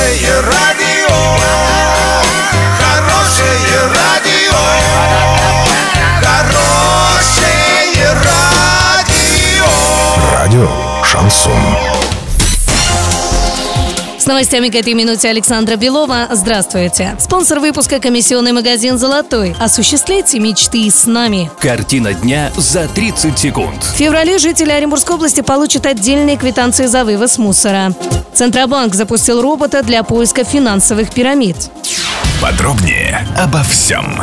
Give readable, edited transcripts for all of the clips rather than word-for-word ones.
Хорошее радио, хорошее радио, хорошее радио. Радио «Шансон». С новостями к этой минуте Александра Белова. Здравствуйте. Спонсор выпуска — комиссионный магазин «Золотой». Осуществляйте мечты с нами. Картина дня за 30 секунд. В феврале жители Оренбургской области получат отдельные квитанции за вывоз мусора. Центробанк запустил робота для поиска финансовых пирамид. Подробнее обо всем.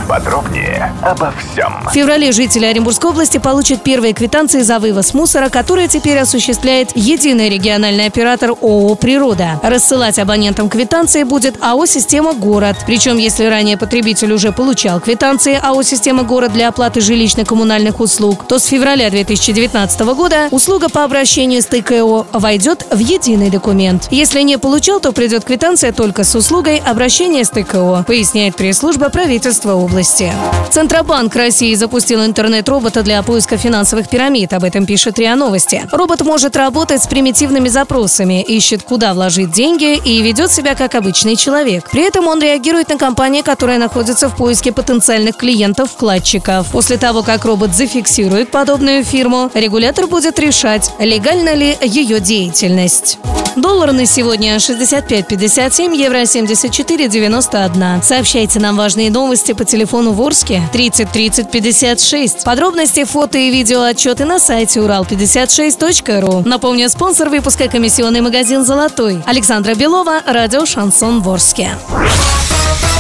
В феврале жители Оренбургской области получат первые квитанции за вывоз мусора, которые теперь осуществляет единый региональный оператор ООО «Природа». Рассылать абонентам квитанции будет АО «Система Город». Причем, если ранее потребитель уже получал квитанции АО «Система Город» для оплаты жилищно-коммунальных услуг, то с февраля 2019 года услуга по обращению с ТКО войдет в единый документ. Если не получал, то придет квитанция только с услугой обращения с ТКО, поясняет пресс-служба правительства области. Центробанк России запустил интернет-робота для поиска финансовых пирамид. Об этом пишет РИА Новости. Робот может работать с примитивными запросами, ищет, куда вложить деньги, и ведет себя как обычный человек. При этом он реагирует на компании, которые находятся в поиске потенциальных клиентов-вкладчиков. После того, как робот зафиксирует подобную фирму, регулятор будет решать, легальна ли ее деятельность. Доллар на сегодня 65.57, евро 74.91. Сообщайте нам важные новости по телефону Ворске 30 30 56. Подробности, фото и видео отчеты на сайте урал56.ру. Напомню, спонсор выпуска — комиссионный магазин «Золотой». Александра Белова, радио «Шансон» Ворске.